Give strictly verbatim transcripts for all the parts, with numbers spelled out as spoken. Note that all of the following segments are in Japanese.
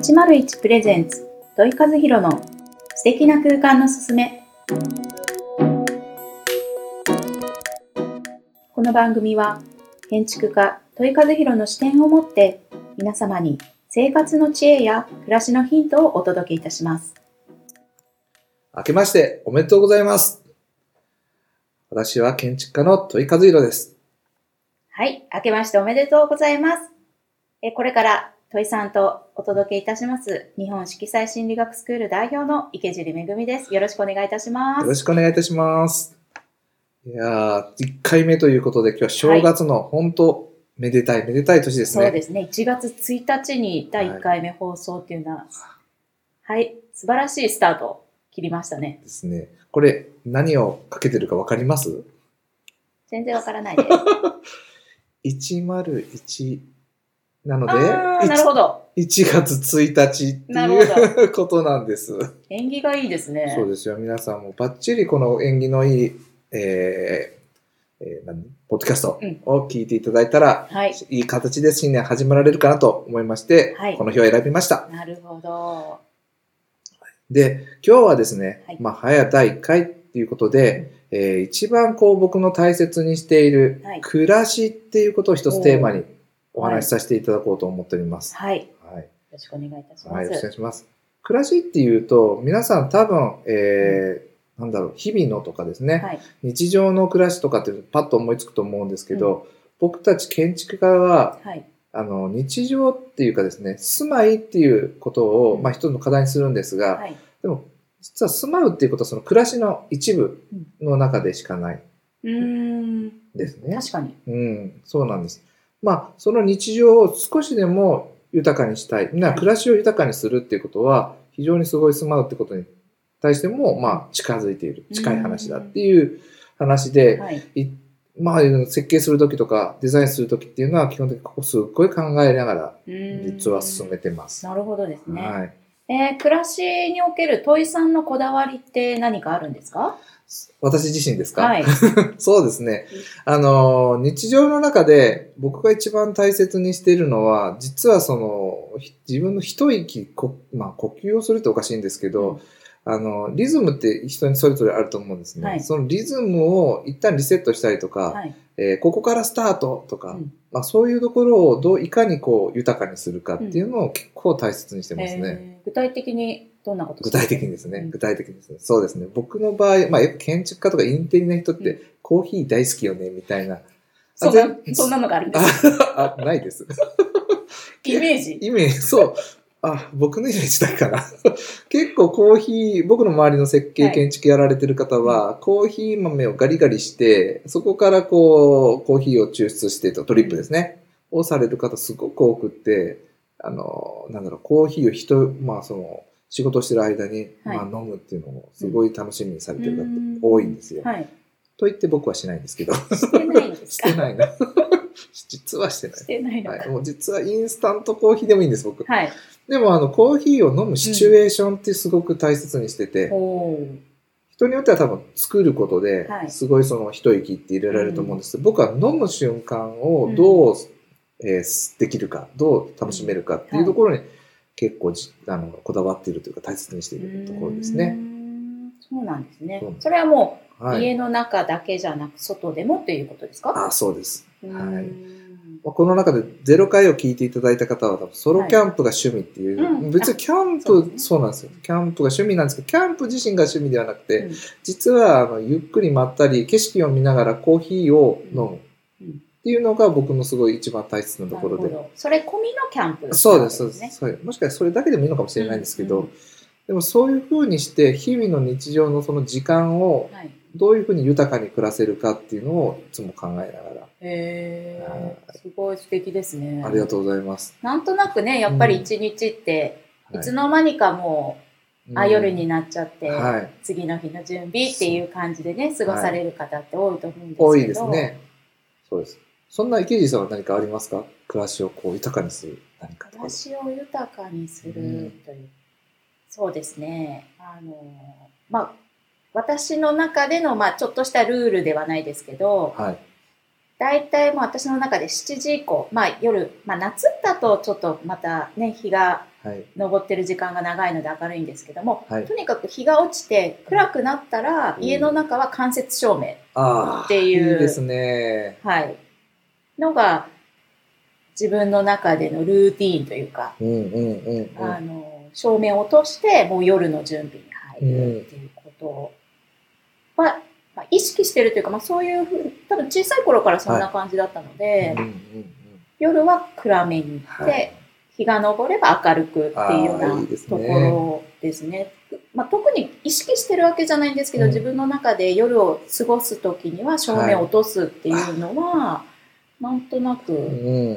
いちまるいちプレゼンツ土井和弘の素敵な空間のすすめ。この番組は建築家土井和弘の視点を持って皆様に生活の知恵や暮らしのヒントをお届けいたします。 明けましておめでとうございます。私は建築家の土井和弘です。 はい、明けましておめでとうございます。えこれから土井さんとお届けいたします日本色彩心理学スクール代表の池尻めぐみです。よろしくお願いいたします。 よろしくお願いいたします。いやー、いっかいめということで今日は正月の本当めでたい、はい、めでたい年ですね。 そうですね。いちがつついたちにだいいっかいめ放送っていうのは、はい、はい、素晴らしいスタートを切りましたね。 ですね。これ何をかけてるかわかります？ 全然わからないです。 いちまるいちなので、 あなるほど。 いちがつついたちっていうことなんです。 縁起がいいですね。 そうですよ。皆さんもバッチリこの縁起のいい、えーえー、何ポッドキャストを聞いていただいたら、うんはい、いい形で新年始められるかなと思いまして、はい、この日を選びました。 なるほど。 で、今日はですね、はい、まあ、早だいいっかいっていうことで、うんえー、一番こう僕の大切にしている暮らしっていうことを一つテーマにお話しさせていただこうと思っております。 はい。はい、よろしくお願いいたします。 はい、よろしくお願いします。暮らしっていうと、皆さん多分、えー、なんだろう、日々のとかですね、はい、日常の暮らしとかってパッと思いつくと思うんですけど、うん、僕たち建築家は、はい、あの、日常っていうかですね、住まいっていうことを、うん、まあ一つの課題にするんですが、はい、でも、実は住まうっていうことはその暮らしの一部の中でしかない。 うーん。 ですね。 確かに。 うん、そうなんです。まあ、その日常を少しでも豊かにしたい。みんな暮らしを豊かにするっていうことは、非常にすごい住まうってことに対しても、まあ、近づいている。近い話だっていう話で、はい、まあ、設計するときとか、デザインするときっていうのは、基本的にここすっごい考えながら、実は進めてます。 なるほどですね。 はい。 えー、暮らしにおける土井さんのこだわりって何かあるんですか？ 私自身ですか？ はい。 そうですね。あの、日常の中で僕が一番大切にしているのは、実はその、自分の一息、こまあ呼吸をするっておかしいんですけど、うん、あの、リズムって人にそれぞれあると思うんですね。はい、そのリズムを一旦リセットしたりとか、はいえー、ここからスタートとか、うんまあ、そういうところをどういかにこう豊かにするかっていうのを結構大切にしてますね。 うん、具体的にどんなこと具体的にですね、うん。具体的にですね。そうですね。僕の場合、まあ、建築家とかインテリな人ってコーヒー大好きよね、みたいな。 そんな、そんなのがあるんですか？あ、ないです。 イメージイメージ、そう。あ、僕のイメージだから。結構コーヒー、僕の周りの設計建築やられてる方は、はい、コーヒー豆をガリガリして、そこからこう、コーヒーを抽出してと、トリップですね。うん、をされる方すごく多くって、あの、なんだろう、コーヒーを人、まあその、仕事してる間に、はい、まあ飲むっていうのをすごい楽しみにされてる方って多いんですよ。はい、と言って僕はしないんですけど。 してないんですか？ してないな。実はしてない。 してないのか。 はい、もう実はインスタントコーヒーでもいいんです、僕。 はい。 でもあの、コーヒーを飲むシチュエーションってすごく大切にしてて、うん、人によっては多分作ることで、すごいその一息って入れられると思うんですけど、うん、僕は飲む瞬間をどう、うんえー、できるか、どう楽しめるかっていうところに結構じあのこだわっているというか大切にしているところですね。 うーんそうなんですね。それはもう、はい、家の中だけじゃなく外でもっていうことですか？ あ、そうです。はい。この中でゼロ回を聞いていただいた方は多分ソロキャンプが趣味っていう、はいうん、別にキャンプ、そうですね、そうなんですよ。キャンプが趣味なんですけど、キャンプ自身が趣味ではなくて、うん、実はあのゆっくりまったり景色を見ながらコーヒーを飲む。うんうんっていうのが僕のすごい一番大切なところで。 それ込みのキャンプ、ね、 そうです、そうです。そうもしかしたらそれだけでもいいのかもしれないんですけど、うんうん、でもそういう風にして日々の日常のその時間をどういう風に豊かに暮らせるかっていうのをいつも考えながら。 へー、すごい素敵ですね。 ありがとうございます。 なんとなくね、やっぱり一日っていつの間にかもう、はい、あ夜になっちゃって、うんはい、次の日の準備っていう感じでね、過ごされる方って多いと思うんですけど。 多いですね。そうです。そんな池尻さんは何かありますか？暮らしをこう豊かにする何かとか。 暮らしを豊かにするという、うん、そうですね。あのまあ私の中でのまあちょっとしたルールではないですけど、はい、大体もう私の中でしちじ以降、まあ夜、まあ夏だとちょっとまたね日がはい、 昇ってる時間が長いので明るいんですけども、 はい、 とにかく日が落ちて暗くなったら、家の中は間接照明っていう、 いいですね。 はい、のが自分の中でのルーティーンというか、 うんうんうんうん、 あの照明を落としてもう夜の準備に入るっていうことは、まあ、意識してるというか、まあ、そういうふうに多分小さい頃からそんな感じだったので、はい、うんうんうん、夜は暗めに行って、はい、日が昇れば明るくっていうようなところですね。まあ、特に意識してるわけじゃないんですけど、うん、自分の中で夜を過ごすときには照明を落とすっていうのは、はい、なんとなく、うんうん、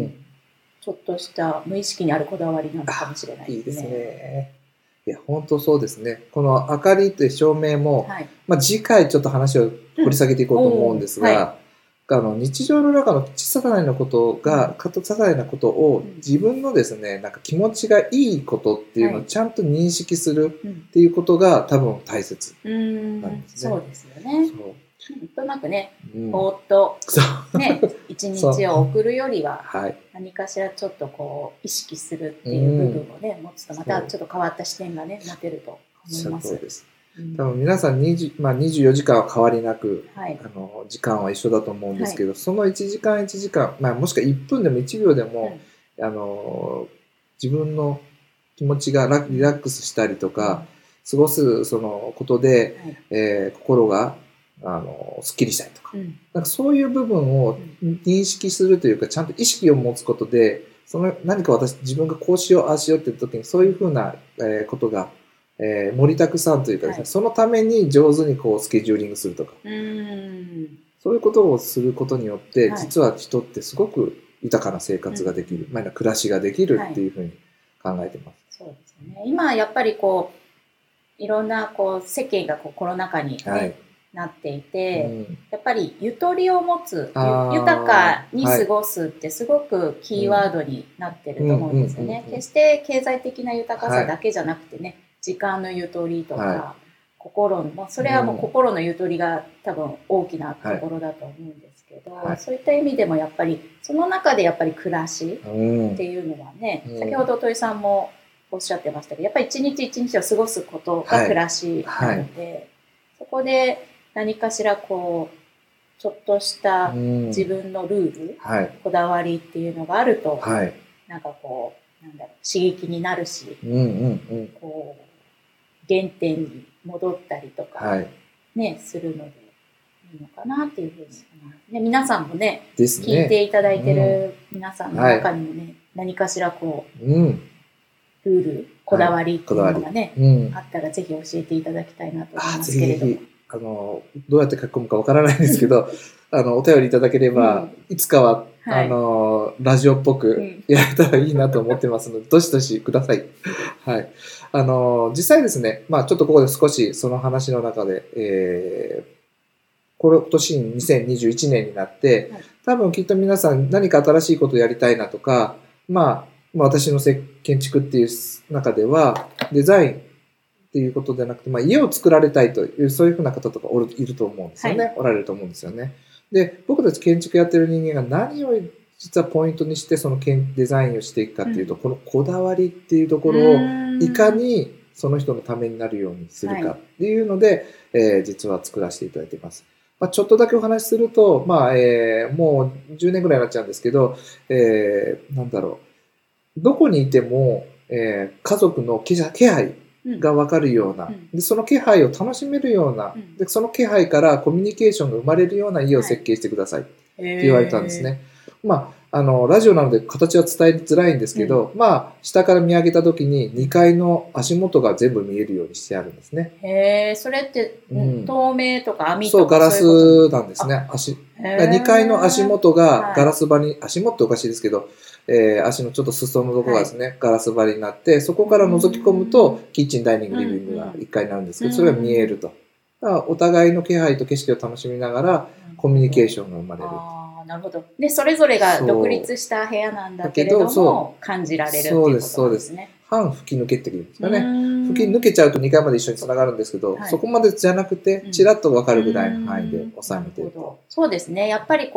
ちょっとした無意識にあるこだわりなのかもしれないですね。 いいですね。いや、本当そうですね。この明かりという照明も、はい、まあ、次回ちょっと話を掘り下げていこうと思うんですが、うんはい、あの日常の中の小さなことが、些細なことを自分のですね、なんか気持ちがいいことっていうのをちゃんと認識するっていうことが多分大切なんですね。 そうですよね。そうなんとなくね、ぼーっとね、一日を送るよりは、何かしらちょっとこう意識するっていう部分をね、持つとまたちょっと変わった視点がね、持てると思います。 そうです。多分皆さん20、まあ、にじゅうよじかんは変わりなく、はい、あの時間は一緒だと思うんですけど、はい、そのいちじかんいちじかん、まあ、もしくはいっぷんでもいちびょうでも、うん、あの自分の気持ちがリラックスしたりとか、うん、過ごすそのことで、はい、えー、心があのすっきりしたりとか、うん、なんかそういう部分を認識するというか、ちゃんと意識を持つことで、その何か私自分がこうしようああしようっていう時にそういうふうな、えー、ことがえー、盛りだくさんというかですね、はい、そのために上手にこうスケジューリングするとか、うーんそういうことをすることによって、はい、実は人ってすごく豊かな生活ができる、うん、まあ、暮らしができるっていうふうに考えてます。 はい、そうですね。今やっぱりこういろんなこう世間がこうコロナ禍に、ねはい、なっていて、うん、やっぱりゆとりを持つ、豊かに過ごすってすごくキーワードになってると思うんですよね。決して経済的な豊かさだけじゃなくてね、はい時間のゆとりとか、はい、心の、それはもう心のゆとりが多分大きなところだと思うんですけど、はい、そういった意味でもやっぱり、その中でやっぱり暮らしっていうのはね、うん、先ほど戸井さんもおっしゃってましたけど、やっぱり一日一日を過ごすことが暮らしなので、はいはい、そこで何かしらこう、ちょっとした自分のルール、はい、こだわりっていうのがあると、はい、なんかこう、なんだろう、刺激になるし、うんうんうん、こう原点に戻ったりとか、ね、はい、するのでいいのかなっていうふうに思いますね。皆さんもね、ね聞いていただいてる皆さんの中にもね、はい、何かしらこう、うん、ルール、こだわりっていうのがね、はいうん、あったらぜひ教えていただきたいなと思いますけれども。 あのどうやって書き込むかわからないんですけど、あのお便りいただければ、うん、いつかは、はい、あのラジオっぽくやれたらいいなと思ってますので、うん、どしどしください。はい。あの実際ですね、まあちょっとここで少しその話の中で、えー、この年ににせんにじゅういちねんになって、はい、多分きっと皆さん何か新しいことをやりたいなとか、まあ、まあ、私の建築っていう中ではデザインっていうことではなくて、まあ、家を作られたいという、そういうふうな方とかおるいると思うんですよね、はい。おられると思うんですよね。で、僕たち建築やってる人間が何を実はポイントにしてそのデザインをしていくかっていうと、うん、このこだわりっていうところをいかにその人のためになるようにするかっていうので、はい、えー、実は作らせていただいています。まあ、ちょっとだけお話しすると、まあ、えー、もうじゅうねんぐらいになっちゃうんですけど、えー、なんだろう。どこにいても、えー、家族の気配が分かるような、うん、でその気配を楽しめるような、うん、でその気配からコミュニケーションが生まれるような家を設計してくださいって言われたんですね。はい、まあ、あのラジオなので形は伝えづらいんですけど、うん、まあ下から見上げた時ににかいの足元が全部見えるようにしてあるんですね。 へえ、それって、うん、透明とか網とかそうガラスなんですね。足にかいの足元がガラス張り、はい、足元おかしいですけど、えー、足のちょっと裾のところがですね、はい、ガラス張りになって、そこから覗き込むとキッチン、ダイニング、リビングがいっかいになるんですけど、それが見えると。だからお互いの気配と景色を楽しみながらコミュニケーションが生まれる。 ああ、なるほど。で、それぞれが独立した部屋なんだけれども、感じられるっていうことなんですね。そうです、そうです。 半吹き抜けって言うんですかね。吹き抜けちゃうとにかいまで一緒に繋がるんですけど、はい、そこまでじゃなくて、ちらっとわかるぐらいの範囲で収めていると。 そうですね。やっぱりこう、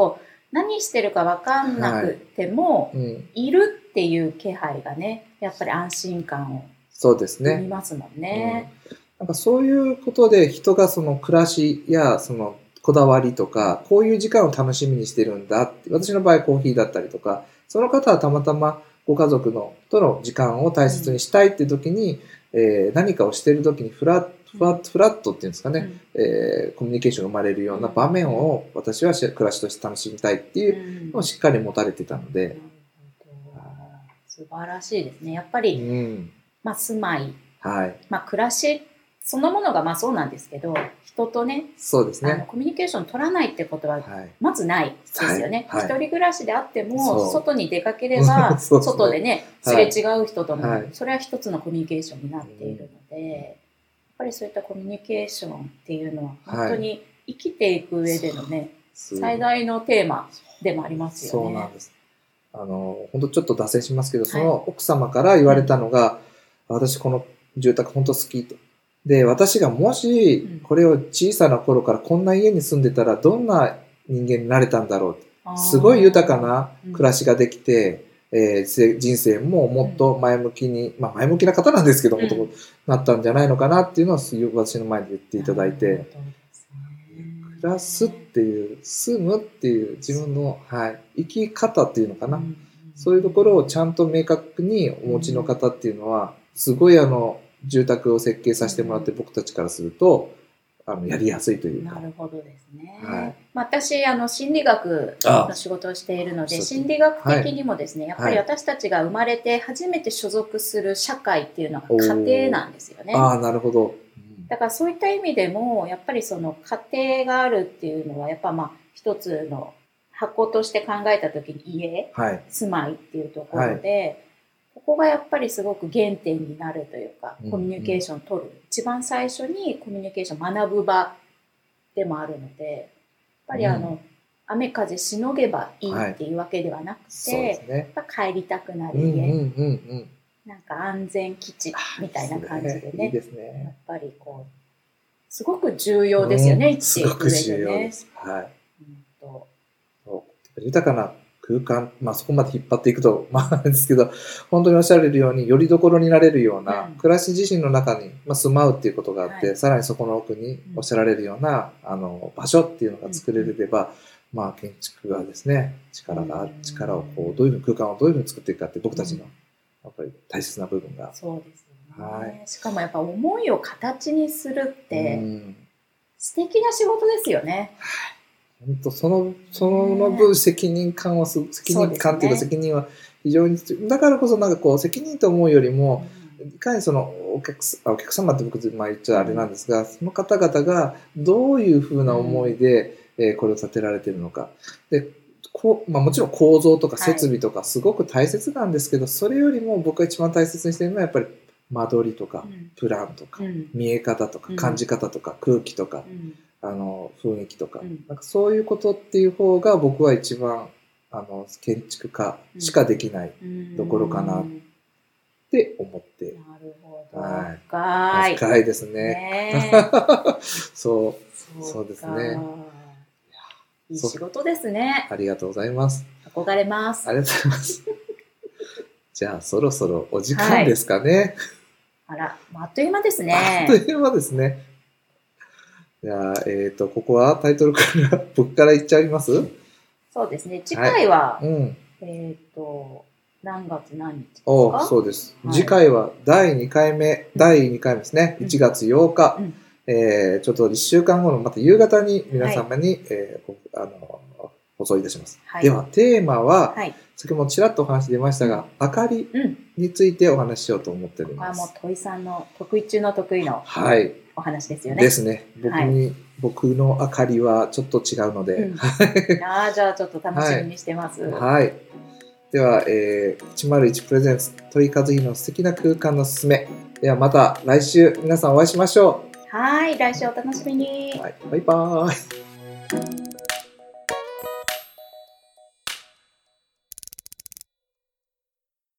何してるか分かんなくても、 はい、うん、 いるっていう気配がね、やっぱり安心感をそうですね。 生みますもんね。 うん、なんかそういうことで人がその暮らしやそのこだわりとか、こういう時間を楽しみにしてるんだって、私の場合コーヒーだったりとか、その方はたまたまご家族のとの時間を大切にしたいっていう時に、うん、えー、何かをしている時にフラッフラット、フラットっていうんですかね、うん、えー、コミュニケーションが生まれるような場面を私は暮らしとして楽しみたいっていうのをしっかり持たれてたので。 素晴らしいですね。やっぱり、うん、まあ、住まい、 はい、 まあ、暮らしそのものがまあそうなんですけど、人とね、 そうですね、 あのコミュニケーション取らないってことはまずないですよね。はいはい、一人暮らしであっても、外に出かければ、外でね、すれ違う人とも、はい、それは一つのコミュニケーションになっているので、はい、やっぱりそういったコミュニケーションっていうのは、本当に生きていく上でのね、最大のテーマでもありますよね。 そうなんです。あの、本当ちょっと脱線しますけど、その奥様から言われたのが、はい、私この住宅本当好きと。で、私がもし、これを小さな頃からこんな家に住んでたら、どんな人間になれたんだろうと。すごい豊かな暮らしができて、うん、えー、人生ももっと前向きに、まあ前向きな方なんですけども、うん、なったんじゃないのかなっていうのを私の前で言っていただいて、暮らすっていう、住むっていう自分の、はい、生き方っていうのかな。うん、そういうところをちゃんと明確にお持ちの方っていうのは、すごいあの、住宅を設計させてもらって僕たちからすると、あの、やりやすいというか。 なるほどですね。はい、まあ、私、あの、心理学の仕事をしているので、心理学的にもですね、はい、やっぱり私たちが生まれて初めて所属する社会っていうのが家庭なんですよね。 ああ、なるほど。 だからそういった意味でも、やっぱりその家庭があるっていうのは、やっぱまあ、一つの箱として考えたときに家、はい、住まいっていうところで、はい、ここがやっぱりすごく原点になるというか、コミュニケーションを取る、うんうん、一番最初にコミュニケーションを学ぶ場でもあるので、やっぱりあの、うん、雨風しのげばいいっていうわけではなくて、はい、ね、やっぱ帰りたくなる家、うんうんうんうん、なんか安全基地みたいな感じでね、 いいですね、 やっぱりこう、すごく重要ですよね、 うん、すごく重要です。はい。うんと、そう豊かな空間、まあそこまで引っ張っていくと、まあなんですけど、本当におっしゃられるように、よりどころになれるような、うん、暮らし自身の中に、まあ、住まうっていうことがあって、はい、さらにそこの奥におっしゃられるような、うん、あの、場所っていうのが作れれば、うん、まあ建築がですね、力が、うん、力をこう、どういうふうに空間をどういうふうに作っていくかって僕たちの、やっぱり大切な部分が。 そうですよね。はい、しかもやっぱ思いを形にするって、うん、素敵な仕事ですよね。 はい、本当その、その分責任感はす、責任感っていうか責任は非常に、だからこそなんかこう責任と思うよりも、いかにそのお客、お客様って僕、まあ言っちゃあれなんですが、その方々がどういうふうな思いで、うん、えー、これを建てられているのか。で、こうまあ、もちろん構造とか設備とかすごく大切なんですけど、はい、それよりも僕が一番大切にしているのはやっぱり間取りとか、うん、プランとか、うん、見え方とか、感じ方とか、うん、空気とか、うん、あの雰囲気とか、うん、なんかそういうことっていう方が僕は一番あの建築家しかできないところかなって思って、 うん、なるほど、はい、深い深いですね、ねそうそうですね、 いい仕事ですね。 ありがとうございます。 憧れます。 ありがとうございます。じゃあそろそろお時間ですかね。 はい、あら、あっという間ですね。 あっという間ですね。じゃあ、えっと、ここはタイトルから僕から言っちゃいます？ そうですね。次回は、はい、うん、えっと、何月何日ですか？ お、そうです。はい、次回はだいにかいめ、だいにかいめですね。いちがつようか。うん、えー、ちょっといっしゅうかんごのまた夕方に皆様に、はい、えー、あの放送いたします。はい、では、テーマは、はい、先ほどちらっとお話出ましたが、うん、明かりについてお話ししようと思っております。 これはもう土井さんの得意中の得意のお話ですよね。 ですね。僕に、はい、僕の明かりはちょっと違うので。うん、 ああ、じゃあちょっと楽しみにしてます。 はい。はい、では、えー、いちまるいちプレゼンツ土井和弘の素敵な空間のすすめ。ではまた来週皆さんお会いしましょう。 はい、来週お楽しみに。 はい、バイバーイ。